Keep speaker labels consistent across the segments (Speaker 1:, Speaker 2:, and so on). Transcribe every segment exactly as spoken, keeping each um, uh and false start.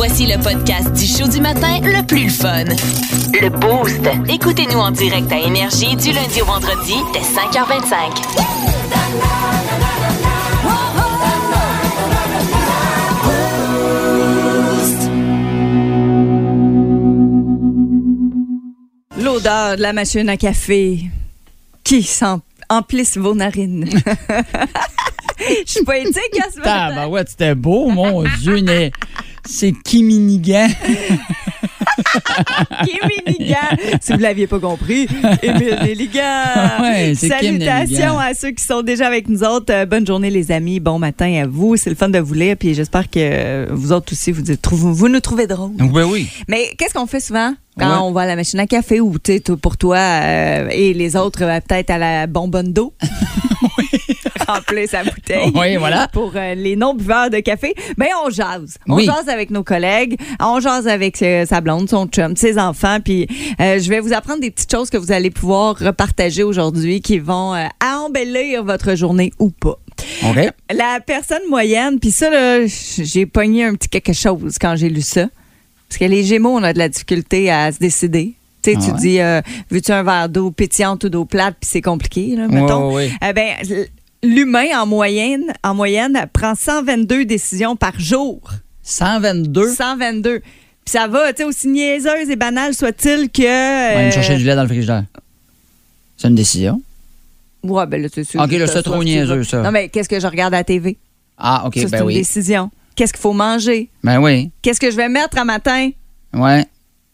Speaker 1: Voici le podcast du show du matin le plus fun. Le Boost. Écoutez-nous en direct à Énergie du lundi au vendredi dès cinq heures vingt-cinq.
Speaker 2: L'odeur de la machine à café qui emplisse vos narines. Je suis poétique à ce matin.
Speaker 3: Ben ouais, c'était beau, mon Dieu. Né... C'est Kiminigan.
Speaker 2: Kiminigan. Si vous ne l'aviez pas compris, Émile Nelligan.
Speaker 3: Ouais, c'est
Speaker 2: Salutations à ceux qui sont déjà avec nous autres. Euh, bonne journée, les amis. Bon matin à vous. C'est le fun de vous lire. Puis j'espère que vous autres aussi, vous, dites, vous nous trouvez drôles.
Speaker 3: Oui, oui.
Speaker 2: Mais qu'est-ce qu'on fait souvent? Quand
Speaker 3: ouais.
Speaker 2: on va à la machine à café ou pour toi euh, et les autres, euh, peut-être à la bonbonne d'eau.
Speaker 3: Oui.
Speaker 2: Remplir sa bouteille.
Speaker 3: Oui, voilà.
Speaker 2: Pour euh, les non-buveurs de café. Bien, on jase. On
Speaker 3: oui.
Speaker 2: jase avec nos collègues. On jase avec euh, sa blonde, son chum, ses enfants. Puis euh, je vais vous apprendre des petites choses que vous allez pouvoir repartager aujourd'hui qui vont euh, embellir votre journée ou pas.
Speaker 3: OK.
Speaker 2: La personne moyenne, puis ça, là, j'ai pogné un petit quelque chose quand j'ai lu ça. Parce que les Gémeaux, on a de la difficulté à se décider. Tu sais, ah tu ouais. dis, euh, veux-tu un verre d'eau pétillante ou d'eau plate, puis c'est compliqué, là, mettons.
Speaker 3: Ouais, ouais.
Speaker 2: Eh ben, l'humain, en moyenne, en moyenne, prend cent vingt-deux décisions par jour.
Speaker 3: cent vingt-deux?
Speaker 2: cent vingt-deux. Puis ça va, tu sais, aussi niaiseuse et banale soit-il que... Euh...
Speaker 3: Ouais, me chercher du lait dans le frigidaire. C'est une décision.
Speaker 2: Ouais, ben là, c'est sûr.
Speaker 3: OK, là, c'est trop niaiseux, ça.
Speaker 2: Non, mais qu'est-ce que je regarde à la T V?
Speaker 3: Ah, OK,
Speaker 2: ça,
Speaker 3: ben
Speaker 2: c'est une
Speaker 3: oui.
Speaker 2: décision. Qu'est-ce qu'il faut manger?
Speaker 3: Ben oui.
Speaker 2: Qu'est-ce que je vais mettre à matin?
Speaker 3: Ouais.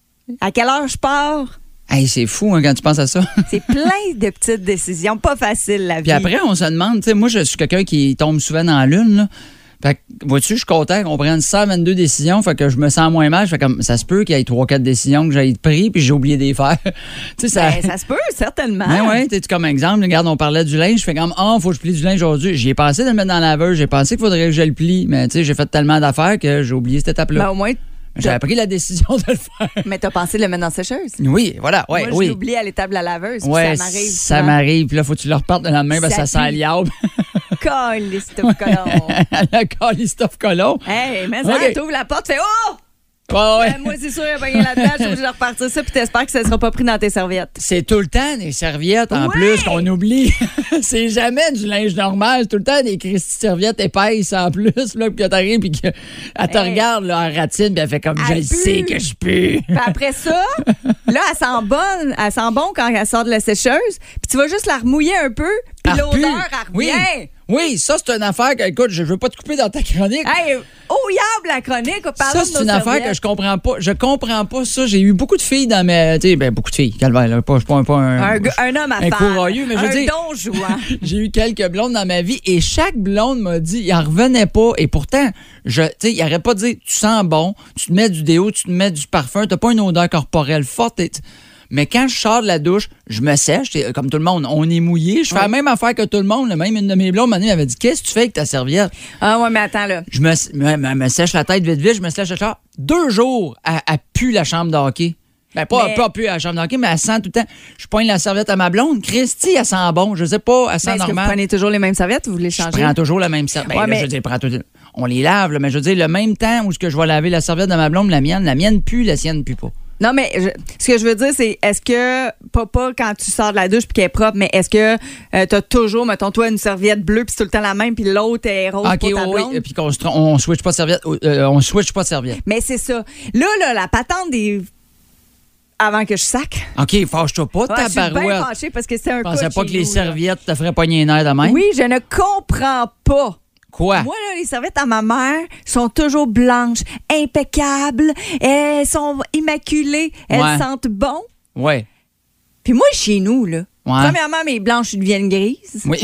Speaker 2: À quelle heure je pars?
Speaker 3: Hey, c'est fou hein, quand tu penses à ça.
Speaker 2: C'est plein de petites décisions. Pas facile, la vie.
Speaker 3: Puis après, on se demande, tu sais, moi, je suis quelqu'un qui tombe souvent dans la lune, là. Fait que, vois-tu, je suis content qu'on prenne cent vingt-deux décisions, fait que je me sens moins mal. Je fais comme, ça se peut qu'il y ait trois quatre décisions que j'ai prises, puis j'ai oublié de les faire. tu sais, ça...
Speaker 2: Ben, ça se peut, certainement.
Speaker 3: Ben oui, tu sais, comme exemple, regarde, on parlait du linge, je fais comme, ah, oh, faut que je plie du linge aujourd'hui. J'y ai pensé de le mettre dans la laveuse, j'ai pensé qu'il faudrait que je le plie, mais tu sais, j'ai fait tellement d'affaires que j'ai oublié cette étape-là.
Speaker 2: Ben, au moins,
Speaker 3: j'avais pris la décision de le faire.
Speaker 2: Mais t'as pensé de le mettre dans la sécheuse?
Speaker 3: Oui, voilà. Ouais,
Speaker 2: Moi,
Speaker 3: oui.
Speaker 2: je l'oublie à l'étape de la laveuse.
Speaker 3: Ouais,
Speaker 2: ça m'arrive.
Speaker 3: Ça m'arrive. Puis là, faut que tu le repartes le lendemain parce que ça sent l'iable.
Speaker 2: Calistophe colon.
Speaker 3: Le calistophe colon.
Speaker 2: Hey, mais ça, okay. T'ouvres la porte, fais oh!
Speaker 3: Ouais, ouais.
Speaker 2: Ben, moi, c'est sûr, il y a pas là-dedans. Je suis obligée de repartir ça, puis t'espères que ça ne sera pas pris dans tes serviettes.
Speaker 3: C'est tout le temps des serviettes, en
Speaker 2: ouais.
Speaker 3: plus, qu'on oublie. C'est jamais du linge normal. C'est tout le temps des serviettes épaisses, en plus, là, puis que t'arrives, puis qu'elle te hey. regarde, là, en ratine, puis elle fait comme, elle je pue. sais que je pue.
Speaker 2: Puis après ça, là, elle sent bonne, elle sent bon quand elle sort de la sécheuse, puis tu vas juste la remouiller un peu, puis l'odeur, elle revient.
Speaker 3: Oui. Oui, ça, c'est une affaire que, écoute, je veux pas te couper dans ta chronique.
Speaker 2: Hey, oh, yable la chronique.
Speaker 3: Ça, c'est une affaire que je comprends pas. Je comprends pas ça. J'ai eu beaucoup de filles dans mes. Tu sais, ben, beaucoup de filles. Calvaire, là. Pas, je suis pas, pas un.
Speaker 2: Un, un homme à
Speaker 3: un courroyeux, mais je veux
Speaker 2: un
Speaker 3: dire.
Speaker 2: don jouant.
Speaker 3: J'ai eu quelques blondes dans ma vie et chaque blonde m'a dit, il en revenait pas. Et pourtant, je, tu sais, il arrête pas de dire, tu sens bon, tu te mets du déo, tu te mets du parfum, t'as pas une odeur corporelle forte. Et mais quand je sors de la douche, je me sèche, comme tout le monde, on est mouillé. Je fais ouais. la même affaire que tout le monde. Même une de mes blondes m'avait dit, qu'est-ce que tu fais avec ta serviette?
Speaker 2: Ah ouais, mais attends là.
Speaker 3: Je me, me, me sèche la tête vite vite, je me sèche la chambre. Deux jours, elle, elle pue la chambre de hockey. Ben, pas, mais... pas pue la chambre de hockey, mais elle sent tout le temps. Je poigne la serviette à ma blonde. Christy, elle sent bon. Je sais pas, elle sent
Speaker 2: mais est-ce
Speaker 3: normal.
Speaker 2: Que vous prenez toujours les mêmes serviettes ou vous les changez?
Speaker 3: Je prends toujours la même serviette. Ben, ouais, là, mais... je veux dire, prends tout... On les lave, là, mais je veux dire, le même temps où je vais laver la serviette de ma blonde, la mienne, la mienne pue, la sienne pue pas.
Speaker 2: Non, mais je, ce que je veux dire, c'est est-ce que, pas, pas quand tu sors de la douche puis qu'elle est propre, mais est-ce que euh, t'as toujours, mettons, toi, une serviette bleue puis c'est tout le temps la même puis l'autre est rose
Speaker 3: okay,
Speaker 2: pour ta blonde?
Speaker 3: Oui, puis qu'on on switch pas de serviette. Euh, on switch pas de serviette.
Speaker 2: Mais c'est ça. Là, là, la patente des... Avant que je sac.
Speaker 3: OK, fâche-toi pas de ta
Speaker 2: ouais, barouette. Je suis bien fâchée parce que c'est un cas.
Speaker 3: Je pensais pas que les
Speaker 2: nous,
Speaker 3: serviettes te feraient pogner les nerfs de même.
Speaker 2: Oui, je ne comprends pas.
Speaker 3: Quoi?
Speaker 2: Moi, là, les serviettes à ma mère sont toujours blanches, impeccables, elles sont immaculées, elles
Speaker 3: ouais.
Speaker 2: sentent bon.
Speaker 3: Oui.
Speaker 2: Puis moi, chez nous, là,
Speaker 3: ouais.
Speaker 2: premièrement, mes blanches deviennent grises.
Speaker 3: Oui.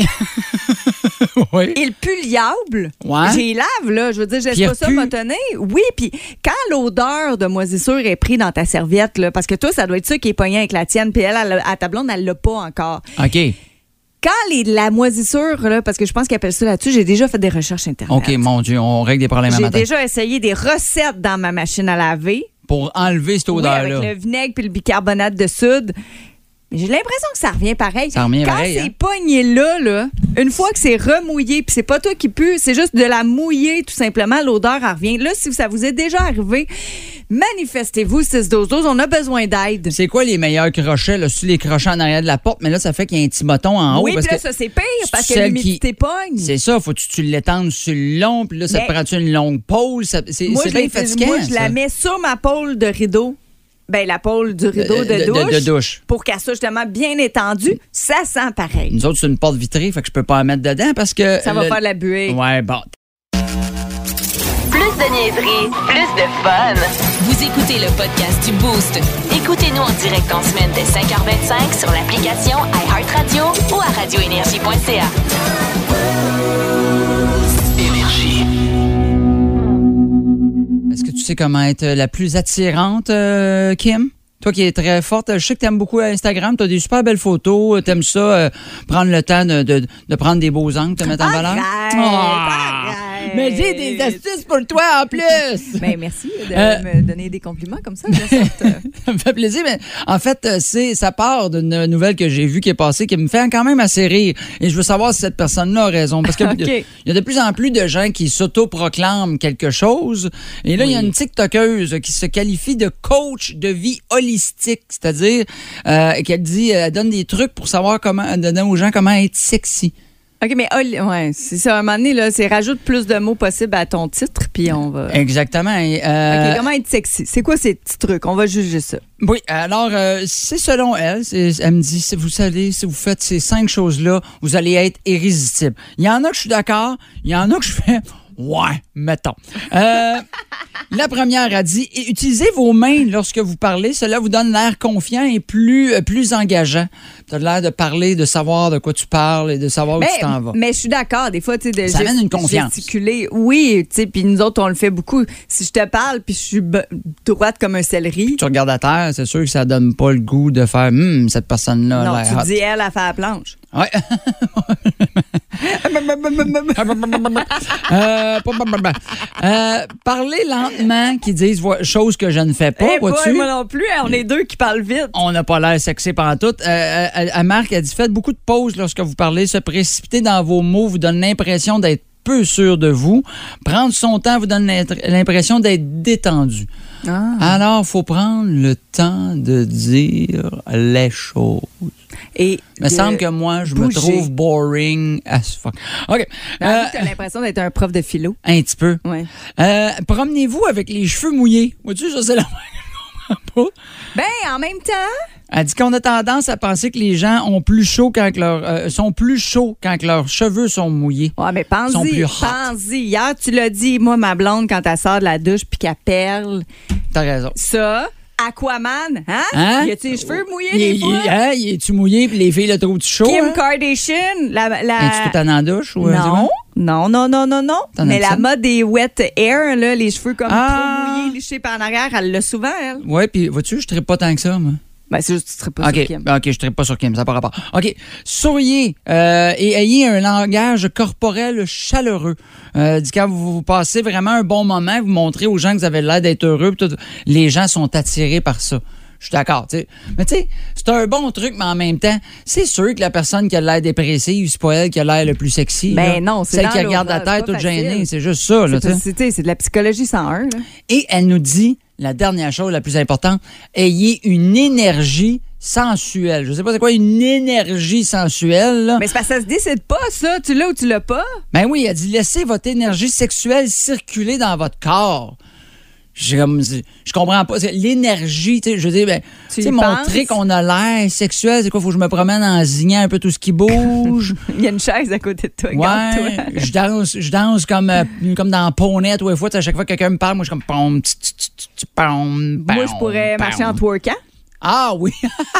Speaker 3: oui.
Speaker 2: Ils puent le diable.
Speaker 3: Ouais.
Speaker 2: J'ai lave, là. Je veux dire, je laisse pas ça m'étonner. Oui, puis quand l'odeur de moisissure est prise dans ta serviette, là, parce que toi, ça doit être ça qui est pogné avec la tienne, puis elle, elle, à ta blonde, elle l'a pas encore.
Speaker 3: OK.
Speaker 2: Quand les, la moisissure, là, parce que je pense qu'ils appellent ça là-dessus, j'ai déjà fait des recherches Internet.
Speaker 3: OK, mon Dieu, on règle des problèmes à matin.
Speaker 2: J'ai déjà essayé des recettes dans ma machine à laver.
Speaker 3: Pour enlever cette odeur-là.
Speaker 2: Oui, avec le vinaigre puis le bicarbonate de soude. Mais j'ai l'impression que ça revient pareil.
Speaker 3: Ça revient
Speaker 2: Quand
Speaker 3: pareil,
Speaker 2: c'est
Speaker 3: hein?
Speaker 2: pogné là, là, une fois que c'est remouillé, puis c'est pas toi qui pue, c'est juste de la mouiller, tout simplement, l'odeur, elle revient. Là, si ça vous est déjà arrivé, manifestez-vous, six douze douze, on a besoin d'aide.
Speaker 3: C'est quoi les meilleurs crochets? Là? C'est les crochets en arrière de la porte, mais là, ça fait qu'il y a un petit bâton en haut.
Speaker 2: Oui,
Speaker 3: parce
Speaker 2: puis là,
Speaker 3: que
Speaker 2: ça, c'est pire, parce que
Speaker 3: celle
Speaker 2: l'humidité
Speaker 3: qui-
Speaker 2: pogne.
Speaker 3: C'est ça, faut que tu, tu l'étendes sur le long, puis là, ça
Speaker 2: Mais-
Speaker 3: te prend une longue pause. Ça- C'est
Speaker 2: Moi,
Speaker 3: c'est
Speaker 2: je,
Speaker 3: bien
Speaker 2: l'ai fait-
Speaker 3: fatigant,
Speaker 2: moi, je
Speaker 3: ça.
Speaker 2: la mets sur ma pôle de rideau. Ben, la pôle du rideau de,
Speaker 3: De- de-
Speaker 2: douche.
Speaker 3: de douche.
Speaker 2: Pour qu'elle soit justement bien étendue. Ça sent pareil.
Speaker 3: Nous autres, c'est une porte vitrée, fait que je peux pas la mettre dedans parce que...
Speaker 2: Ça va
Speaker 3: le-
Speaker 2: faire de la buée.
Speaker 3: Ouais, bon.
Speaker 1: Plus de niaiserie, plus de fun. Vous écoutez le podcast du Boost. Écoutez-nous en direct en semaine dès cinq heures vingt-cinq sur l'application iHeartRadio ou à radio énergie point c a.
Speaker 4: Énergie.
Speaker 3: Est-ce que tu sais comment être la plus attirante, euh, Kim? Toi qui es très forte, je sais que tu aimes beaucoup Instagram, tu as des super belles photos, tu aimes ça, euh, prendre le temps de, de, de prendre des beaux angles, te mettre en valeur.
Speaker 2: Arrête,
Speaker 3: Ah!
Speaker 2: arrête.
Speaker 3: Mais j'ai des astuces pour toi en plus!
Speaker 2: Ben, merci de
Speaker 3: Euh,
Speaker 2: me donner des compliments comme ça. De sorte, euh.
Speaker 3: Ça me fait plaisir, mais en fait, euh, c'est ça part d'une nouvelle que j'ai vue qui est passée qui me fait quand même assez rire. Et je veux savoir si cette personne-là a raison. Parce qu'il
Speaker 2: OK.
Speaker 3: y a de plus en plus de gens qui s'autoproclament quelque chose. Et là, il y a une TikTokeuse qui se qualifie de coach de vie holistique. C'est-à-dire euh, qu'elle dit, elle donne des trucs pour savoir comment, elle donne aux gens comment être sexy.
Speaker 2: OK, mais hol- ouais, c'est ça. À un moment donné, là, c'est rajoute plus de mots possibles à ton titre, puis on va.
Speaker 3: Exactement. Et, euh,
Speaker 2: OK, comment être sexy? C'est quoi ces petits trucs? On va juger ça.
Speaker 3: Oui, alors, euh, c'est selon elle. C'est- Elle me dit, si vous savez, si vous faites ces cinq choses-là, vous allez être irrésistible. Il y en a que je suis d'accord, il y en a que je fais, ouais, mettons. Euh, la première a dit, utilisez vos mains lorsque vous parlez. Cela vous donne l'air confiant et plus, euh, plus engageant. Tu as l'air de parler, de savoir de quoi tu parles et de savoir où
Speaker 2: Mais,
Speaker 3: tu t'en vas.
Speaker 2: mais je suis d'accord. Des fois, tu sais, de
Speaker 3: Ça
Speaker 2: gest-
Speaker 3: amène une confiance.
Speaker 2: gesticuler. Oui, tu sais, puis nous autres, on le fait beaucoup. Si je te parle, puis je suis b- droite comme un céleri.
Speaker 3: Tu regardes à terre, c'est sûr que ça donne pas le goût de faire, hum, cette personne-là a
Speaker 2: Non,
Speaker 3: l'air
Speaker 2: tu
Speaker 3: hot.
Speaker 2: dis elle a fait la planche.
Speaker 3: Ouais. Euh, euh, parler lentement, qui disent vo- choses que je ne fais pas,
Speaker 2: Eh boy,
Speaker 3: vois-tu?
Speaker 2: moi non plus, on est deux qui parlent vite.
Speaker 3: On n'a pas l'air sexy pantoute. Euh, à, à Marc, elle dit, faites beaucoup de pauses lorsque vous parlez. Se précipiter dans vos mots vous donne l'impression d'être peu sûr de vous. Prendre son temps vous donne l'impression d'être détendu.
Speaker 2: Ah.
Speaker 3: Alors, il faut prendre le temps de dire les choses.
Speaker 2: Et
Speaker 3: Il me
Speaker 2: de
Speaker 3: semble que moi, je me
Speaker 2: bouger.
Speaker 3: trouve boring as fuck. OK.
Speaker 2: Ben,
Speaker 3: Euh,
Speaker 2: tu as l'impression d'être un prof de philo.
Speaker 3: un petit peu.
Speaker 2: Ouais.
Speaker 3: Euh, promenez-vous avec les cheveux mouillés. Vois-tu, ça, c'est la je comprends pas.
Speaker 2: Ben, en même temps,
Speaker 3: Elle dit qu'on a tendance à penser que les gens ont plus chaud quand que leur, euh, sont plus chauds quand que leurs cheveux sont mouillés.
Speaker 2: ouais, mais
Speaker 3: Sont
Speaker 2: pense-y,
Speaker 3: plus hot.
Speaker 2: pense-y. Hier, tu l'as dit, moi, ma blonde, quand elle sort de la douche puis qu'elle perle,
Speaker 3: T'as raison.
Speaker 2: ça, Aquaman, hein?
Speaker 3: Hein?
Speaker 2: Y a-tu les cheveux mouillés
Speaker 3: Il,
Speaker 2: des
Speaker 3: il-
Speaker 2: fois?
Speaker 3: hein, il est-tu mouillé puis les filles le trouvent-tu chaud?
Speaker 2: Kim
Speaker 3: hein?
Speaker 2: Kardashian, la... la...
Speaker 3: Es-tu tout en en douche? Ou, euh,
Speaker 2: non, non, non, non, non, non.
Speaker 3: T'en
Speaker 2: Mais
Speaker 3: aimes
Speaker 2: la
Speaker 3: ça?
Speaker 2: mode des wet hair, là, les cheveux comme
Speaker 3: Ah!
Speaker 2: trop mouillés, lichés par en arrière, elle l'a souvent, elle.
Speaker 3: Ouais, puis vois-tu, je ne pas tant que ça, moi.
Speaker 2: Ben, c'est juste que tu serais pas
Speaker 3: OK,
Speaker 2: sur Kim.
Speaker 3: OK, je ne serai pas sur Kim, ça n'a pas rapport. OK, souriez euh, et ayez un langage corporel chaleureux. Euh, dit quand vous, vous passez vraiment un bon moment, vous montrez aux gens que vous avez l'air d'être heureux, puis tout, les gens sont attirés par ça. Je suis d'accord, tu sais. Mais tu sais, c'est un bon truc, mais en même temps, c'est sûr que la personne qui a l'air dépressive, c'est pas elle qui a l'air le plus sexy.
Speaker 2: Ben
Speaker 3: là.
Speaker 2: non, c'est
Speaker 3: celle
Speaker 2: dans
Speaker 3: qui regarde la
Speaker 2: l'autre, c'est
Speaker 3: tête
Speaker 2: pas
Speaker 3: toute
Speaker 2: facile.
Speaker 3: gênée, c'est juste ça, là,
Speaker 2: C'est
Speaker 3: tu sais.
Speaker 2: c'est- tu sais, c'est de la psychologie cent un, là.
Speaker 3: Et elle nous dit, la dernière chose, la plus importante, ayez une énergie sensuelle. Je sais pas c'est quoi une énergie sensuelle, là.
Speaker 2: Mais c'est parce que ça se décide pas, ça. Tu l'as ou tu l'as pas.
Speaker 3: Ben oui, elle dit, laissez votre énergie sexuelle circuler dans votre corps. J'ai comme, je comprends pas. C'est l'énergie, tu sais, je veux dire, ben,
Speaker 2: Tu
Speaker 3: tu sais,
Speaker 2: y
Speaker 3: montrer
Speaker 2: penses?
Speaker 3: qu'on a l'air sexuel, c'est quoi? Faut que je me promène en zignant un peu tout ce qui bouge.
Speaker 2: Il y a une chaise à côté de toi.
Speaker 3: Ouais,
Speaker 2: Regarde-toi.
Speaker 3: je danse, je danse comme, euh, comme dans Poney, tous les fois. Tu sais, à chaque fois que quelqu'un me parle, moi, je suis comme pom, tch, tch, tch, tch, pom,
Speaker 2: Moi, je
Speaker 3: pom,
Speaker 2: pourrais
Speaker 3: pom.
Speaker 2: marcher en twerkant.
Speaker 3: Ah oui.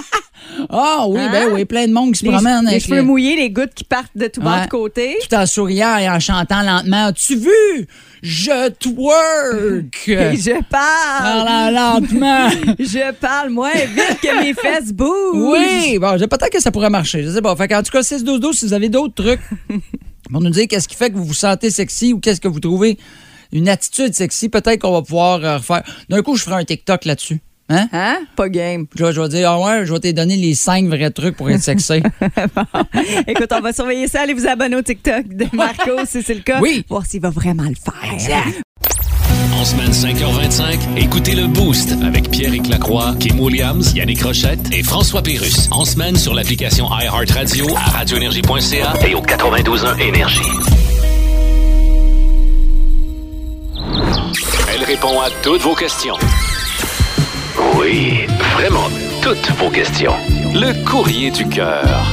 Speaker 3: Ah oui,
Speaker 2: Hein?
Speaker 3: ben oui, plein de monde qui se
Speaker 2: Les,
Speaker 3: promène
Speaker 2: les
Speaker 3: avec
Speaker 2: cheveux
Speaker 3: les-
Speaker 2: mouillés, les gouttes qui partent de tout bord
Speaker 3: Ouais.
Speaker 2: de côté.
Speaker 3: tout en souriant et en chantant lentement. As-tu vu? Je twerk!
Speaker 2: Et je parle.
Speaker 3: Parle lentement.
Speaker 2: Je parle moins vite que mes fesses bougent.
Speaker 3: Oui, bon, j'ai peut-être que ça pourrait marcher. Je sais pas. Fait qu'en tout cas, six douze douze, si vous avez d'autres trucs pour nous dire qu'est-ce qui fait que vous vous sentez sexy ou qu'est-ce que vous trouvez une attitude sexy, peut-être qu'on va pouvoir euh, refaire. D'un coup, je ferai un TikTok là-dessus. Hein?
Speaker 2: Hein? Pas game.
Speaker 3: Je, je vais dire, ah ouais, je vais te donner les cinq vrais trucs pour être sexy.
Speaker 2: Bon. Écoute, on va surveiller ça. Allez vous abonner au TikTok de Marco si c'est le cas.
Speaker 3: Oui.
Speaker 2: Voir s'il va vraiment le faire.
Speaker 3: Exact.
Speaker 4: En semaine cinq heures vingt-cinq, écoutez le Boost avec Pierre-Éric Lacroix, Kim Williams, Yannick Rochette et François Pérusse. En semaine sur l'application iHeartRadio, à radio énergie point c a et au quatre-vingt-douze point un Énergie. Elle répond à toutes vos questions. Oui, vraiment toutes vos questions. Le courrier du cœur.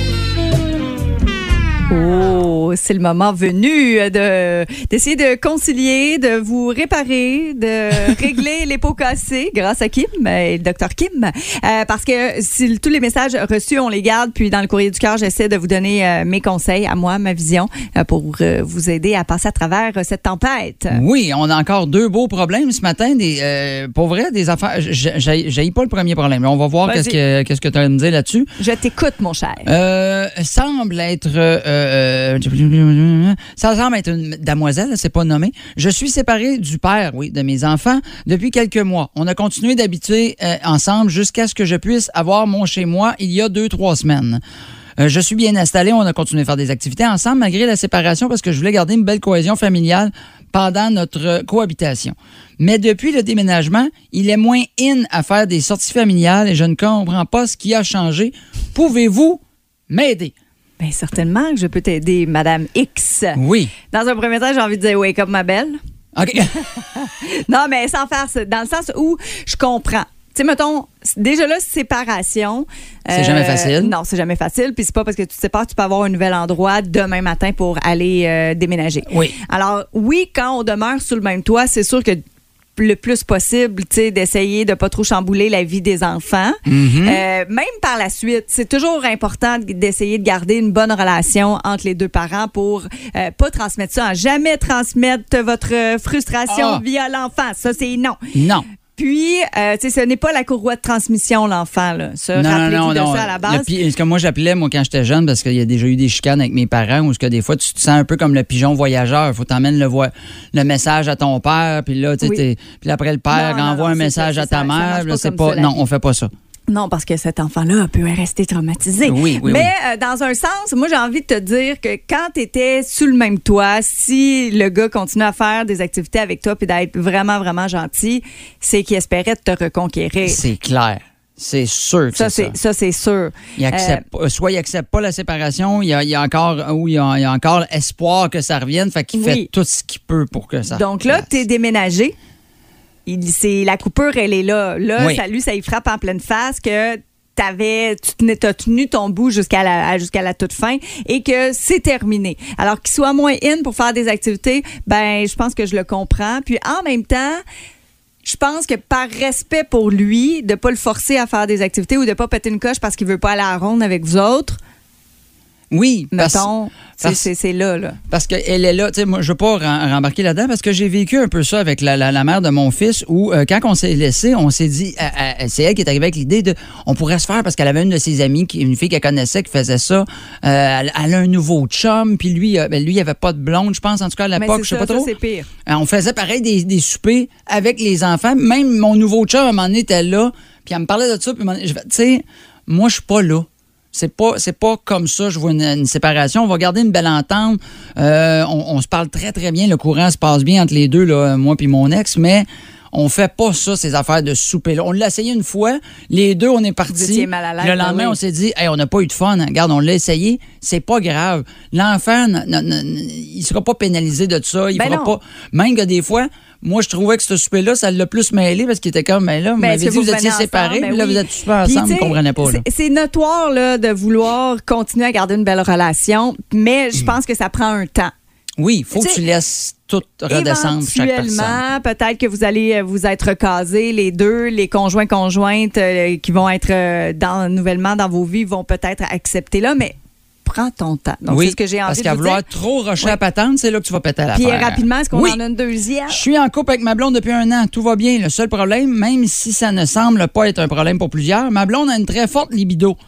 Speaker 2: Oh, c'est le moment venu de, d'essayer de concilier, de vous réparer, de régler les pots cassés grâce à Kim, et le docteur Kim. Euh, parce que si tous les messages reçus, on les garde. Puis dans le courrier du cœur, j'essaie de vous donner euh, mes conseils, à moi, ma vision, euh, pour euh, vous aider à passer à travers euh, cette tempête.
Speaker 3: Oui, on a encore deux beaux problèmes ce matin. Des, euh, pour vrai, des affaires. J'haïs pas le premier problème. On va voir
Speaker 2: Vas-y.
Speaker 3: qu'est-ce que, qu'est-ce que tu as à me dire là-dessus.
Speaker 2: Je t'écoute, mon cher.
Speaker 3: Euh, semble être... Euh, Euh, ça semble être une damoiselle, c'est pas nommé. Je suis séparé du père, oui, de mes enfants depuis quelques mois. On a continué d'habiter euh, ensemble jusqu'à ce que je puisse avoir mon chez-moi il y a deux, trois semaines. Euh, je suis bien installé, on a continué à faire des activités ensemble malgré la séparation parce que je voulais garder une belle cohésion familiale pendant notre cohabitation. Mais depuis le déménagement, il est moins in à faire des sorties familiales et je ne comprends pas ce qui a changé. Pouvez-vous m'aider?
Speaker 2: Bien, certainement que je peux t'aider, Madame X.
Speaker 3: Oui.
Speaker 2: Dans un premier temps, j'ai envie de dire wake up, ma belle.
Speaker 3: OK.
Speaker 2: Non, mais sans faire ça. Dans le sens où je comprends. Tu sais, mettons, déjà là, séparation.
Speaker 3: C'est
Speaker 2: euh,
Speaker 3: jamais facile.
Speaker 2: Non, c'est jamais facile. Puis c'est pas parce que tu te sépares, tu peux avoir un nouvel endroit demain matin pour aller euh, déménager.
Speaker 3: Oui.
Speaker 2: Alors, oui, quand on demeure sous le même toit, c'est sûr que le plus possible, tu sais, d'essayer de pas trop chambouler la vie des enfants.
Speaker 3: Mm-hmm.
Speaker 2: Euh, même par la suite, c'est toujours important d'essayer de garder une bonne relation entre les deux parents pour euh, pas transmettre ça, jamais transmettre votre frustration
Speaker 3: Ah.
Speaker 2: via l'enfant. Ça, c'est non.
Speaker 3: Non.
Speaker 2: Puis, euh, tu sais, ce n'est pas la courroie de transmission, l'enfant, là. Ça,
Speaker 3: Non,
Speaker 2: rappelez-vous
Speaker 3: non,
Speaker 2: de
Speaker 3: non.
Speaker 2: ça à la base.
Speaker 3: Le pi- ce que moi j'appelais, moi, quand j'étais jeune, parce qu'il y a déjà eu des chicanes avec mes parents, où ce que des fois, tu te sens un peu comme le pigeon voyageur. Faut t'emmènes le, vo- le message à ton père, puis là, tu sais,
Speaker 2: Oui.
Speaker 3: t'es- puis après, le père
Speaker 2: Non, non,
Speaker 3: envoie
Speaker 2: non,
Speaker 3: un
Speaker 2: c'est
Speaker 3: message
Speaker 2: ça,
Speaker 3: à
Speaker 2: c'est
Speaker 3: ta
Speaker 2: ça. Ça
Speaker 3: mère.
Speaker 2: marche
Speaker 3: là,
Speaker 2: pas
Speaker 3: c'est
Speaker 2: comme
Speaker 3: pas.
Speaker 2: ça, la
Speaker 3: Non,
Speaker 2: vie.
Speaker 3: on fait pas ça.
Speaker 2: Non, parce que cet enfant-là peut rester traumatisé.
Speaker 3: Oui, oui,
Speaker 2: Mais
Speaker 3: oui.
Speaker 2: euh, dans un sens, moi, j'ai envie de te dire que quand tu étais sous le même toit, si le gars continue à faire des activités avec toi puis d'être vraiment, vraiment gentil, c'est qu'il espérait te reconquérir.
Speaker 3: C'est clair. C'est sûr que
Speaker 2: Ça,
Speaker 3: c'est
Speaker 2: c'est,
Speaker 3: ça.
Speaker 2: ça, c'est sûr.
Speaker 3: Il accepte pas- soit il accepte pas la séparation, il y a, il y a encore ou il y a, il y a encore espoir que ça revienne, fait qu'il
Speaker 2: Oui.
Speaker 3: fait tout ce qu'il peut pour que ça.
Speaker 2: Donc là,
Speaker 3: passe.
Speaker 2: tu es déménagé. Il, c'est, la coupure, elle est là. Là,
Speaker 3: Oui.
Speaker 2: ça, lui, ça y frappe en pleine face que t'avais, tu tenais, t'as tenu ton bout jusqu'à la, jusqu'à la toute fin et que c'est terminé. Alors qu'il soit moins in pour faire des activités, ben, je pense que je le comprends. Puis en même temps, je pense que par respect pour lui, de pas le forcer à faire des activités ou de pas péter une coche parce qu'il veut pas aller à la ronde avec vous autres,
Speaker 3: Oui, parce,
Speaker 2: mettons, c'est,
Speaker 3: parce-
Speaker 2: c'est, c'est là, là.
Speaker 3: parce qu'elle est là. Tu sais, moi, je veux pas ren- rembarquer là-dedans parce que j'ai vécu un peu ça avec la, la, la mère de mon fils où, euh, quand on s'est laissé, on s'est dit, euh, euh, c'est elle qui est arrivée avec l'idée de, on pourrait se faire parce qu'elle avait une de ses amies, qui, une fille qu'elle connaissait, qui faisait ça. Euh, elle, elle a un nouveau chum, puis lui, euh, ben, lui, il avait pas de blonde, je pense, en tout cas, à
Speaker 2: Mais
Speaker 3: l'époque,
Speaker 2: c'est
Speaker 3: je sais
Speaker 2: ça,
Speaker 3: pas
Speaker 2: ça,
Speaker 3: trop.
Speaker 2: c'est pire.
Speaker 3: Euh, On faisait pareil des, des soupers avec les enfants. Même mon nouveau chum, à un moment donné, était là. Puis elle me parlait de ça. Puis à un moment donné, je fais, tu sais, moi, je suis pas là. C'est pas, c'est pas comme ça, je vois une, une séparation. On va garder une belle entente. Euh, on, on se parle très, très bien. Le courant se passe bien entre les deux, là, moi puis mon ex. Mais on fait pas ça, ces affaires de souper là. On l'a essayé une fois. Les deux, on est
Speaker 2: Vous
Speaker 3: partis.
Speaker 2: étiez mal à l'aise,
Speaker 3: Le lendemain,
Speaker 2: ben oui.
Speaker 3: on s'est dit, hey, on n'a pas eu de fun. Regarde, on l'a essayé. C'est pas grave. L'enfant, n- n- n- il sera pas pénalisé de ça. Il
Speaker 2: Ben
Speaker 3: fera
Speaker 2: non.
Speaker 3: pas. Même que des fois, moi, je trouvais que ce souper-là, ça l'a plus mêlé parce qu'il était comme, mais là, vous
Speaker 2: Ben,
Speaker 3: m'avez
Speaker 2: est-ce
Speaker 3: dit
Speaker 2: que
Speaker 3: que vous,
Speaker 2: vous
Speaker 3: étiez
Speaker 2: venez
Speaker 3: séparés,
Speaker 2: ensemble?
Speaker 3: puis là,
Speaker 2: Ben
Speaker 3: vous
Speaker 2: oui.
Speaker 3: êtes super
Speaker 2: Puis,
Speaker 3: ensemble,
Speaker 2: tu
Speaker 3: vous
Speaker 2: sais,
Speaker 3: comprenez pas, là.
Speaker 2: c'est- C'est notoire là, de vouloir continuer à garder une belle relation, mais
Speaker 3: Mm.
Speaker 2: je pense que ça prend un temps.
Speaker 3: Oui, il faut
Speaker 2: Tu
Speaker 3: que
Speaker 2: sais,
Speaker 3: tu laisses tout redescendre pour chaque personne.
Speaker 2: Éventuellement, peut-être que vous allez euh, vous être casés les deux, les conjoints conjointes euh, qui vont être euh, dans, nouvellement dans vos vies vont peut-être accepter là, mais prends ton temps. Donc
Speaker 3: oui,
Speaker 2: c'est ce que j'ai envie
Speaker 3: parce
Speaker 2: de
Speaker 3: qu'à
Speaker 2: vous
Speaker 3: vouloir
Speaker 2: dire.
Speaker 3: trop rusher
Speaker 2: Oui.
Speaker 3: à patente, c'est là que tu vas péter à la
Speaker 2: Puis rapidement, est-ce qu'on en a une deuxième?
Speaker 3: Je suis en couple avec ma blonde depuis un an. Tout va bien. Le seul problème, même si ça ne semble pas être un problème pour plusieurs, ma blonde a une très forte libido.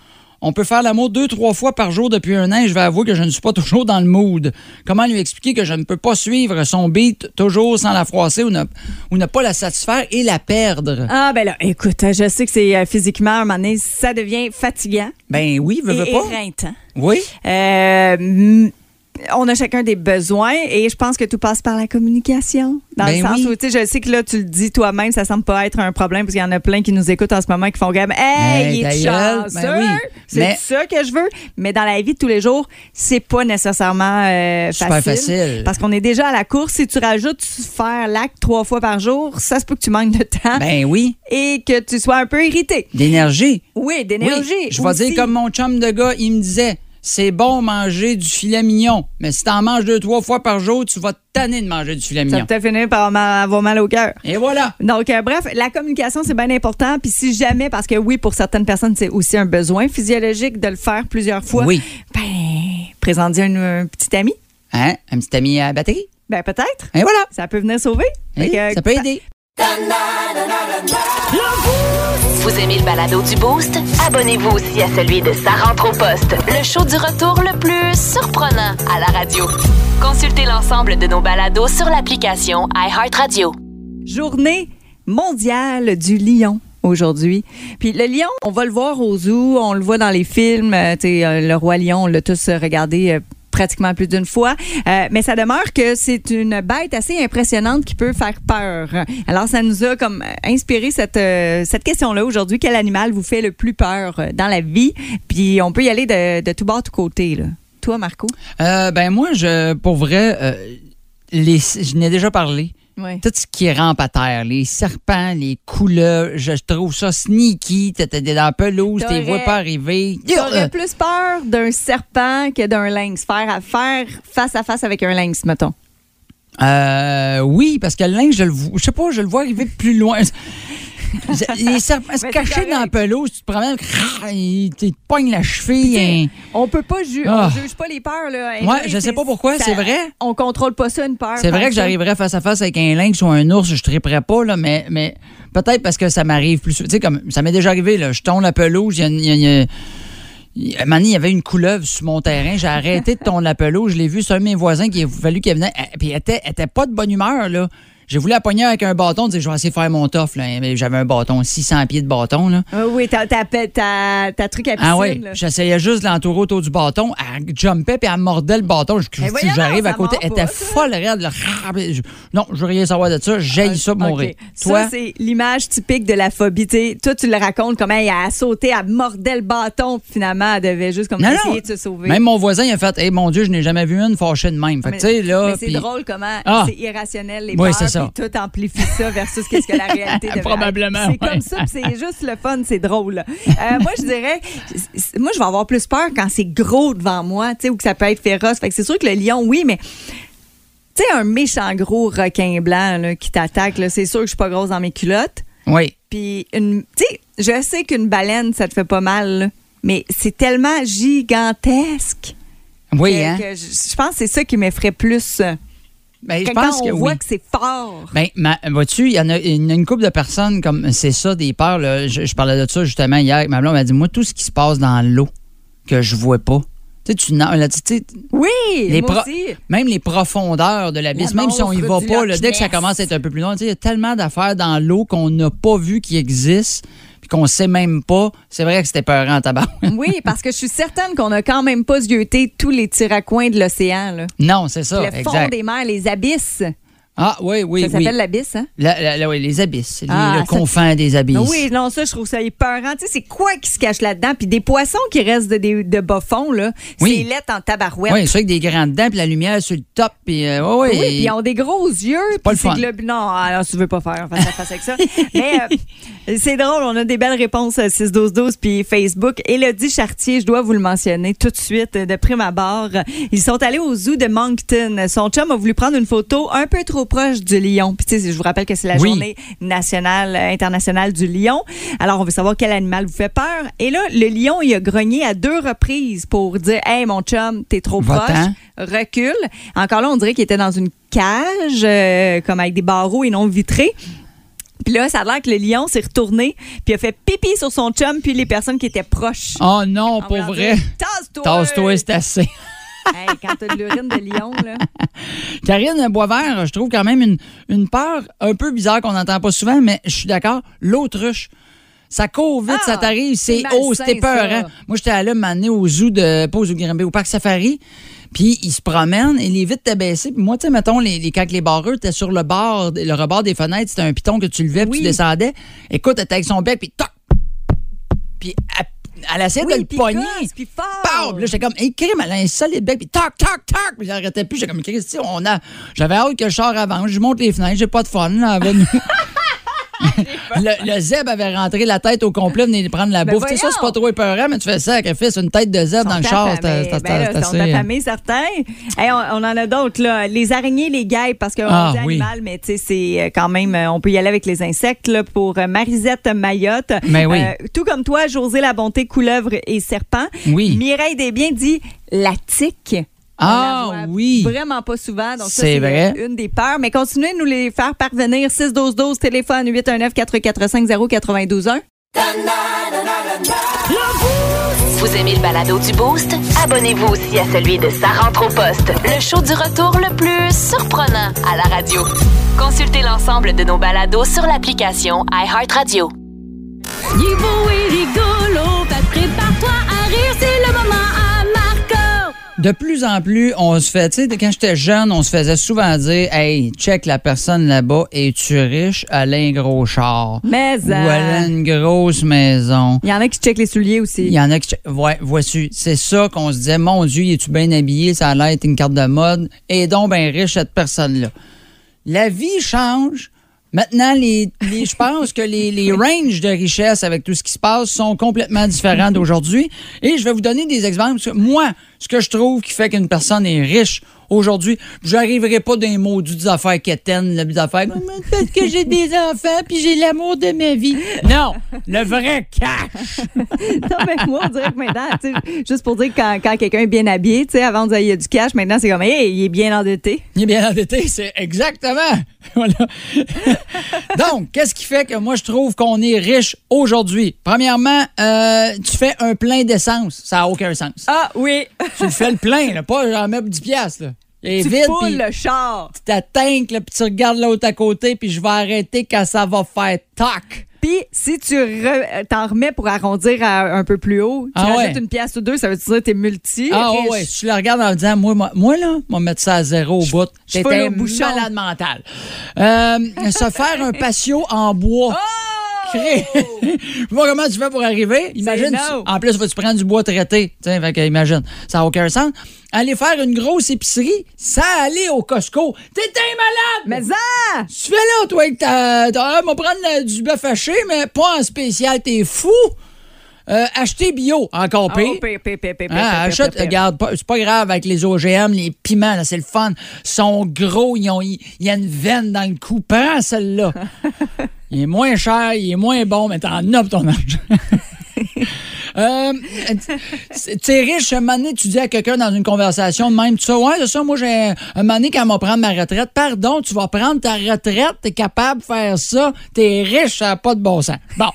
Speaker 3: On peut faire l'amour deux, trois fois par jour depuis un an et je vais avouer que je ne suis pas toujours dans le mood. Comment lui expliquer que je ne peux pas suivre son beat toujours sans la froisser ou ne, ou ne pas la satisfaire et la perdre?
Speaker 2: Ah, ben là, écoute, je sais que c'est euh, physiquement, à un moment donné, ça devient fatigant.
Speaker 3: Ben oui, veux, veux
Speaker 2: et
Speaker 3: pas.
Speaker 2: éreintant.
Speaker 3: Oui.
Speaker 2: Euh, on a chacun des besoins et je pense que tout passe par la communication. Dans
Speaker 3: ben
Speaker 2: le sens
Speaker 3: oui.
Speaker 2: où, tu sais, je sais que là, tu le dis toi-même, ça semble pas être un problème parce qu'il y en a plein qui nous écoutent en ce moment qui font comme hey,
Speaker 3: hey,
Speaker 2: il est
Speaker 3: gueule,
Speaker 2: chanceux,
Speaker 3: ben oui.
Speaker 2: c'est
Speaker 3: Mais,
Speaker 2: ça que je veux. Mais dans la vie de tous les jours, c'est pas nécessairement euh,
Speaker 3: super
Speaker 2: facile.
Speaker 3: facile.
Speaker 2: Parce qu'on est déjà à la course. Si tu rajoutes faire l'acte trois fois par jour, ça se peut que tu manques de temps
Speaker 3: Ben oui.
Speaker 2: et que tu sois un peu irrité.
Speaker 3: D'énergie.
Speaker 2: Oui, d'énergie.
Speaker 3: Oui. Je vais
Speaker 2: aussi.
Speaker 3: dire comme mon chum de gars, il me disait, c'est bon manger du filet mignon, mais si t'en manges deux, trois fois par jour, tu vas te tanner de manger du filet
Speaker 2: Ça
Speaker 3: mignon.
Speaker 2: peut finir par avoir mal au cœur.
Speaker 3: Et voilà.
Speaker 2: Donc, euh, bref, la communication, c'est bien important. Puis si jamais, parce que oui, pour certaines personnes, c'est aussi un besoin physiologique de le faire plusieurs fois.
Speaker 3: Oui.
Speaker 2: Ben, présente-y un, un petit ami.
Speaker 3: Hein? Un petit ami à batterie?
Speaker 2: Ben, peut-être.
Speaker 3: Et voilà.
Speaker 2: Ça peut venir sauver.
Speaker 3: Hein?
Speaker 2: Fait que,
Speaker 3: Ça peut aider.
Speaker 1: Vous aimez le balado du Boost? Abonnez-vous aussi à celui de Sa rentre au poste, le show du retour le plus surprenant à la radio. Consultez l'ensemble de nos balados sur l'application iHeartRadio.
Speaker 2: Journée mondiale du lion aujourd'hui. Puis le lion, on va le voir au zoo, on le voit dans les films. Euh, tu sais, euh, le roi lion, on l'a tous regardé euh, pratiquement plus d'une fois. Euh, mais ça demeure que c'est une bête assez impressionnante qui peut faire peur. Alors, ça nous a comme inspiré cette, euh, cette question-là aujourd'hui. Quel animal vous fait le plus peur dans la vie? Puis on peut y aller de, de tout bord, tout côté, là. Toi, Marco?
Speaker 3: Euh, ben moi, je, pour vrai, euh, les, je n'ai déjà parlé.
Speaker 2: Oui.
Speaker 3: Tout ce qui rampe à terre, les serpents, les couleuvres, je trouve ça sneaky. T'es dans la pelouse, t'es vois pas arriver.
Speaker 2: T'aurais plus peur d'un serpent que d'un lynx. Faire à faire face à face avec un lynx, mettons.
Speaker 3: Euh, oui, parce que le lynx, je le vois, je sais pas, je le vois arriver plus loin. Les serpents se cacher dans la pelouse, tu te promènes, ils te pognent la cheville. Hein.
Speaker 2: On peut pas juger,
Speaker 3: Ah.
Speaker 2: on juge pas les peurs. Là.
Speaker 3: Ouais, je sais pas pourquoi, c'est vrai.
Speaker 2: On contrôle pas ça, une peur.
Speaker 3: C'est vrai que j'arriverais face à face avec un lynx ou un ours, je triperais pas, là, mais, mais peut-être parce que ça m'arrive plus. Tu sais, comme ça m'est déjà arrivé, là, je tombe la pelouse, il y a, il y a, il y a À un moment donné, il y avait une couleuvre sur mon terrain. J'ai arrêté de tondre la pelouse. Je l'ai vu, c'est un de mes voisins qui a fallu qu'elle venait. Puis elle était, elle était pas de bonne humeur, là. J'ai voulu la pogner avec un bâton, dire je vais essayer de faire mon tof. Là. Mais j'avais un bâton, six cents pieds de bâton. Là.
Speaker 2: Ah oui, t'as, t'as, t'as, t'as truc à piscine.
Speaker 3: Ah oui,
Speaker 2: là.
Speaker 3: j'essayais juste de l'entourer autour du bâton. Elle jumpait puis elle mordait le bâton. Je,
Speaker 2: Eh voyons,
Speaker 3: j'arrive
Speaker 2: ça
Speaker 3: à côté.
Speaker 2: mord
Speaker 3: Elle
Speaker 2: pas,
Speaker 3: était
Speaker 2: ça.
Speaker 3: folle raide. Là. Je- Non, je veux rien savoir de ça. J'ai ça pour mourir.
Speaker 2: OK.
Speaker 3: Toi?
Speaker 2: Ça, c'est l'image typique de la phobie. T'sais, toi, tu le racontes comment elle a sauté, elle mordait le bâton, puis finalement, elle devait juste comme
Speaker 3: Non,
Speaker 2: essayer
Speaker 3: non.
Speaker 2: de se sauver.
Speaker 3: Même mon voisin, il a fait, hey, mon Dieu, je n'ai jamais vu une fâchée de même. Fait que,
Speaker 2: Mais-
Speaker 3: tu sais, là.
Speaker 2: mais c'est
Speaker 3: puis-
Speaker 2: drôle comment
Speaker 3: Ah.
Speaker 2: c'est irrationnel les
Speaker 3: Oui,
Speaker 2: peurs,
Speaker 3: c'est ça.
Speaker 2: puis tout amplifie ça versus qu'est-ce que la réalité devrait être.
Speaker 3: Probablement,
Speaker 2: C'est
Speaker 3: ouais.
Speaker 2: comme ça, puis c'est juste le fun, c'est drôle. Euh, moi, je dirais, c- moi, je vais avoir plus peur quand c'est gros devant moi, tu sais, ou que ça peut être féroce. Fait que c'est sûr que le lion, oui, mais tu sais, un méchant gros requin blanc là, qui t'attaque, là, c'est sûr que je suis pas grosse dans mes culottes.
Speaker 3: Oui.
Speaker 2: Puis, une- tu sais, je sais qu'une baleine, ça te fait pas mal, là, mais c'est tellement gigantesque.
Speaker 3: Oui,
Speaker 2: que,
Speaker 3: hein?
Speaker 2: que je, je pense que c'est ça qui m'effraie plus. euh,
Speaker 3: Ben, je
Speaker 2: quand
Speaker 3: pense
Speaker 2: on
Speaker 3: que
Speaker 2: voit
Speaker 3: oui.
Speaker 2: que c'est fort.
Speaker 3: Ben, ma- vois-tu, il y en a une, une couple de personnes comme c'est ça, des peurs. Là. Je, je parlais de ça justement hier avec ma blonde. Elle m'a dit, moi, tout ce qui se passe dans l'eau que je vois pas. Tu sais, tu na- là, tu sais,
Speaker 2: Oui,
Speaker 3: les
Speaker 2: moi
Speaker 3: pro-
Speaker 2: aussi.
Speaker 3: même les profondeurs de l'abysse,
Speaker 2: La
Speaker 3: même si on y va
Speaker 2: monstre du
Speaker 3: pas, là,
Speaker 2: Loch
Speaker 3: dès que ça
Speaker 2: Ness.
Speaker 3: commence à être un peu plus loin, tu sais, il y a tellement d'affaires dans l'eau qu'on n'a pas vu qui existent, puis qu'on sait même pas. C'est vrai que c'était peurant en tabac.
Speaker 2: Oui, parce que je suis certaine qu'on n'a quand même pas zioté tous les tiracouins de l'océan. Là.
Speaker 3: Non, c'est ça,
Speaker 2: le fond
Speaker 3: exact.
Speaker 2: des mers, les abysses.
Speaker 3: Ah, oui, oui,
Speaker 2: ça
Speaker 3: oui.
Speaker 2: s'appelle l'abysse, hein?
Speaker 3: La- la- la- oui, les abysses, les-
Speaker 2: Ah,
Speaker 3: le
Speaker 2: ça-
Speaker 3: confin des abysses.
Speaker 2: Oui, non, ça, je trouve ça épeurant. Tu sais, c'est quoi qui se cache là-dedans? Puis des poissons qui restent de, de, de bas fond, là,
Speaker 3: Oui.
Speaker 2: c'est lettre en tabarouette.
Speaker 3: Oui, c'est avec des grands dents, puis la lumière sur le top, puis euh, ouais,
Speaker 2: Oui,
Speaker 3: ouais.
Speaker 2: puis ils ont des gros yeux.
Speaker 3: pas
Speaker 2: puis
Speaker 3: le fun.
Speaker 2: c'est globu- Non, alors tu veux pas faire face à face avec ça. Mais euh, c'est drôle, on a des belles réponses à six douze douze puis Facebook. Élodie Chartier, je dois vous le mentionner tout de suite, de prime abord. Ils sont allés au zoo de Moncton. Son chum a voulu prendre une photo un peu trop proche du lion. Puis tu sais, je vous rappelle que c'est la
Speaker 3: Oui.
Speaker 2: journée nationale, euh, internationale du lion. Alors, on veut savoir quel animal vous fait peur. Et là, le lion, il a grogné à deux reprises pour dire « Hey, mon chum, t'es trop
Speaker 3: Va-t'en.
Speaker 2: proche. » Recule. Encore là, on dirait qu'il était dans une cage, euh, comme avec des barreaux et non vitrés. Puis là, ça a l'air que le lion s'est retourné, puis a fait pipi sur son chum, puis les personnes qui étaient proches.
Speaker 3: Oh non, pour vrai.
Speaker 2: Tasse-toi!
Speaker 3: Tasse-toi, c'est assez.
Speaker 2: Hey, quand t'as de l'urine de lion, là.
Speaker 3: Karine Boisvert, je trouve quand même une, une peur un peu bizarre qu'on n'entend pas souvent, mais je suis d'accord. L'autruche. Ça court vite,
Speaker 2: ah,
Speaker 3: ça t'arrive, c'est haut,
Speaker 2: c'est
Speaker 3: c'était peurant. Moi, j'étais allé m'amener au zoo de, pas au zoo Granby, au parc Safari. Puis, ils se promènent et les vitres étaient baissées. Puis moi, tu sais, mettons, les, les, quand les barreux étaient sur le bord, le rebord des fenêtres, c'était un piton que tu levais, puis
Speaker 2: oui.
Speaker 3: tu descendais. Écoute, elle était avec son bec, puis toc! Puis, elle, elle essayait
Speaker 2: oui,
Speaker 3: de le pogner.
Speaker 2: Puis fort.
Speaker 3: Pow! Puis là, j'étais comme, hey, crime, elle a un solide bec, puis toc, toc, toc! Puis j'arrêtais plus. J'étais comme, Christy, on a. J'avais hâte que le char avance. Je monte les fenêtres, j'ai pas de fun, là, avec nous. Le, le zèbre avait rentré la tête au complet, venait prendre la
Speaker 2: ben
Speaker 3: bouffe. Tu sais, ça, c'est pas trop épeurant, mais tu fais ça, sacrifice, une tête de zèbre dans le char.
Speaker 2: C'est ben assez... affamés, certains. Hey, on, on en a d'autres, là. Les araignées, les guêpes, parce qu'on
Speaker 3: ah,
Speaker 2: dit
Speaker 3: oui.
Speaker 2: animal, mais tu sais, c'est quand même, on peut y aller avec les insectes, là, pour Marisette Mayotte.
Speaker 3: Mais oui.
Speaker 2: Euh, tout comme toi, José La Bonté, couleuvre et serpent.
Speaker 3: Oui.
Speaker 2: Mireille Desbiens dit la tique.
Speaker 3: Ah oui.
Speaker 2: Vraiment pas souvent. Donc, ça,
Speaker 3: c'est vrai.
Speaker 2: une des peurs. Mais continuez de nous les faire parvenir. six douze douze, téléphone huit un neuf, quatre quatre cinq, zéro neuf deux un.
Speaker 1: Vous aimez le balado du Boost? Abonnez-vous aussi à celui de Sa rentre au poste, le show du retour le plus surprenant à la radio. Consultez l'ensemble de nos balados sur l'application iHeartRadio.
Speaker 5: Il est beau et rigolo, fait prépare-toi à rire, c'est le moment à Marco.
Speaker 3: De plus en plus, on se fait, tu sais, quand j'étais jeune, on se faisait souvent dire, hey, check la personne là-bas, es-tu riche? Elle a un gros char.
Speaker 2: Mais
Speaker 3: Ou elle a une grosse maison.
Speaker 2: Il y en a qui checkent les souliers aussi.
Speaker 3: Il y en a qui checkent. Ouais, voici. C'est ça qu'on se disait, mon Dieu, es-tu bien habillé? Ça a l'air d'être une carte de mode. Et donc, bien riche, cette personne-là. La vie change. Maintenant, les, les, je pense que les, les ranges de richesse avec tout ce qui se passe sont complètement différents d'aujourd'hui. Et je vais vous donner des exemples. Moi, ce que je trouve qui fait qu'une personne est riche aujourd'hui, je n'arriverai pas dans les maudites affaires quétaines, le but d'affaires. Peut-être que j'ai des enfants puis j'ai l'amour de ma vie. Non, le vrai cash.
Speaker 2: Non, mais moi, on dirait que maintenant, juste pour dire que quand, quand quelqu'un est bien habillé, avant de dire qu'il y a du cash, maintenant, c'est comme, hey, il est bien endetté.
Speaker 3: Il est bien endetté, c'est exactement. Voilà. Donc, qu'est-ce qui fait que moi, je trouve qu'on est riche aujourd'hui? Premièrement, euh, tu fais un plein d'essence. Ça n'a aucun sens.
Speaker 2: Ah, oui.
Speaker 3: Tu le fais le plein, là, pas j'en mets dix piastres. Là. Il est
Speaker 2: tu
Speaker 3: vide,
Speaker 2: foules
Speaker 3: pis
Speaker 2: le char.
Speaker 3: Tu t'atteins, puis tu regardes l'autre à côté, puis je vais arrêter quand ça va faire tac.
Speaker 2: Puis, si tu re, t'en remets pour arrondir à un peu plus haut, tu
Speaker 3: ah
Speaker 2: rajoutes
Speaker 3: ouais.
Speaker 2: une pièce ou deux, ça veut dire que t'es multi.
Speaker 3: Ah
Speaker 2: riche.
Speaker 3: ouais, si tu le regardes en disant, moi, moi, moi là, moi, mettre ça à zéro au bout. T'es un malade mental. Euh, se faire un patio en bois.
Speaker 2: Oh!
Speaker 3: Je sais pas comment tu fais pour arriver. Imagine, tu, en plus, faut-tu prendre du bois traité. T'sais, fait que, imagine, ça n'a aucun sens. Aller faire une grosse épicerie sans aller au Costco. T'es un malade!
Speaker 2: Mais ça!
Speaker 3: Tu fais là, toi, que t'as... t'as on va prendre du bœuf haché, mais pas en spécial. T'es fou! Euh, acheter bio, encore pire.
Speaker 2: Oh, pire, pire, pire, pire,
Speaker 3: hein,
Speaker 2: pire,
Speaker 3: achète,
Speaker 2: pire, pire.
Speaker 3: regarde, c'est pas grave avec les O G M, les piments, là, c'est le fun. Ils sont gros, il y a une veine dans le cou. Prends celle-là. Il est moins cher, il est moins bon, mais t'en as pour ton argent. euh, t'es riche, un moment donné, tu dis à quelqu'un dans une conversation de même, tu sais, ouais, c'est ça, moi, j'ai un moment donné, quand on va prendre ma retraite, pardon, tu vas prendre ta retraite, t'es capable de faire ça, t'es riche, ça n'a pas de bon sens. Bon.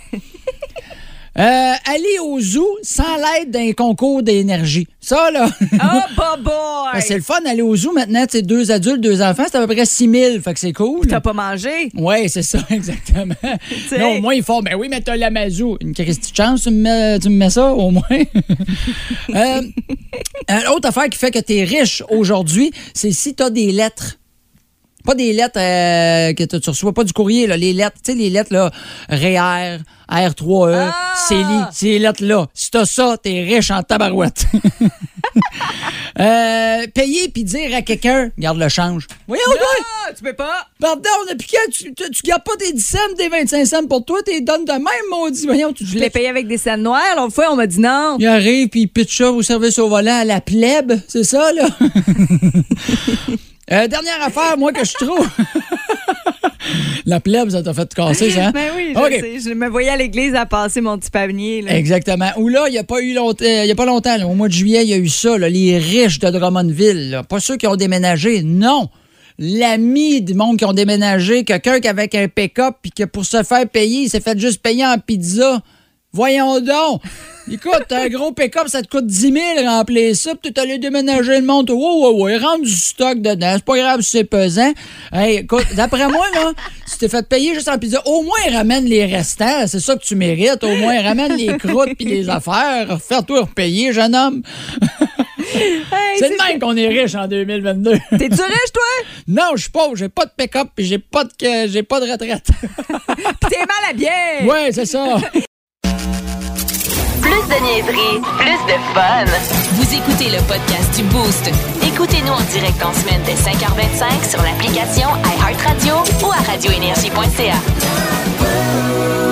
Speaker 3: Euh, aller au zoo sans l'aide d'un concours d'énergie. Ça, là.
Speaker 2: Oh, boy, boy!
Speaker 3: Ben, c'est le fun d'aller au zoo maintenant. Tu sais, deux adultes, deux enfants, c'est à peu près six mille. Fait que c'est cool.
Speaker 2: Puis t'as pas mangé?
Speaker 3: Oui, c'est ça, exactement. Non, au moins, ils font, ben oui, mais t'as la mazou. Une Christie chance, tu me mets, tu me mets ça, au moins. euh, L'autre affaire qui fait que t'es riche aujourd'hui, c'est si t'as des lettres. Pas des lettres euh, que tu reçois, pas du courrier, là, les lettres, tu sais, les lettres, là, R E E R, R trois E, ah! C E L I, ces lettres-là. Si t'as ça, t'es riche en tabarouette. euh, payer puis dire à quelqu'un, garde le change. Voyons,
Speaker 2: non, tu peux pas.
Speaker 3: Pardon, depuis quand tu, tu, tu gardes pas tes dix cents, tes vingt-cinq cents pour toi, t'es donnes de même, maudit. Voyons, tu
Speaker 2: Je l'ai payé avec des scènes noires. L'autre fois, on m'a dit non.
Speaker 3: Il arrive puis il pitch ça au service au volant à la plèbe, c'est ça, là? Euh, dernière affaire, moi, que je trouve. La plèbe, ça t'a fait casser, ça? Hein?
Speaker 2: Ben oui, je
Speaker 3: okay.
Speaker 2: sais. Je me voyais à l'église à passer mon petit panier. Là.
Speaker 3: Exactement. Ou là, il n'y a pas eu longtemps, il y a pas longtemps, là, au mois de juillet, il y a eu ça, là, les riches de Drummondville. Là. Pas ceux qui ont déménagé, non. l'ami du monde qui ont déménagé, quelqu'un qui avait un pick-up puis que pour se faire payer, il s'est fait juste payer en pizza. Voyons donc! Écoute, t'as un gros pick-up, ça te coûte dix mille remplir ça, puis t'es allé déménager le monde. Ouais, ouais, ouais, rentre du stock dedans. C'est pas grave si c'est pesant. Hey, écoute, d'après moi, là, si t'es fait payer juste en pizza, au moins ramène les restants. C'est ça que tu mérites. Au moins ramène les croûtes puis les affaires. Fais-toi repayer, jeune homme. Hey, c'est, c'est de même qu'on est riche en deux mille vingt-deux.
Speaker 2: T'es-tu riche, toi?
Speaker 3: Non, je suis pauvre. J'ai pas de pick-up puis j'ai pas de, j'ai pas de retraite.
Speaker 2: Pis t'es mal à bien.
Speaker 3: Ouais, c'est ça.
Speaker 1: Plus de niaiserie, plus de fun. Vous écoutez le podcast du Boost. Écoutez-nous en direct en semaine dès cinq heures vingt-cinq sur l'application iHeartRadio ou à radio énergie point c a.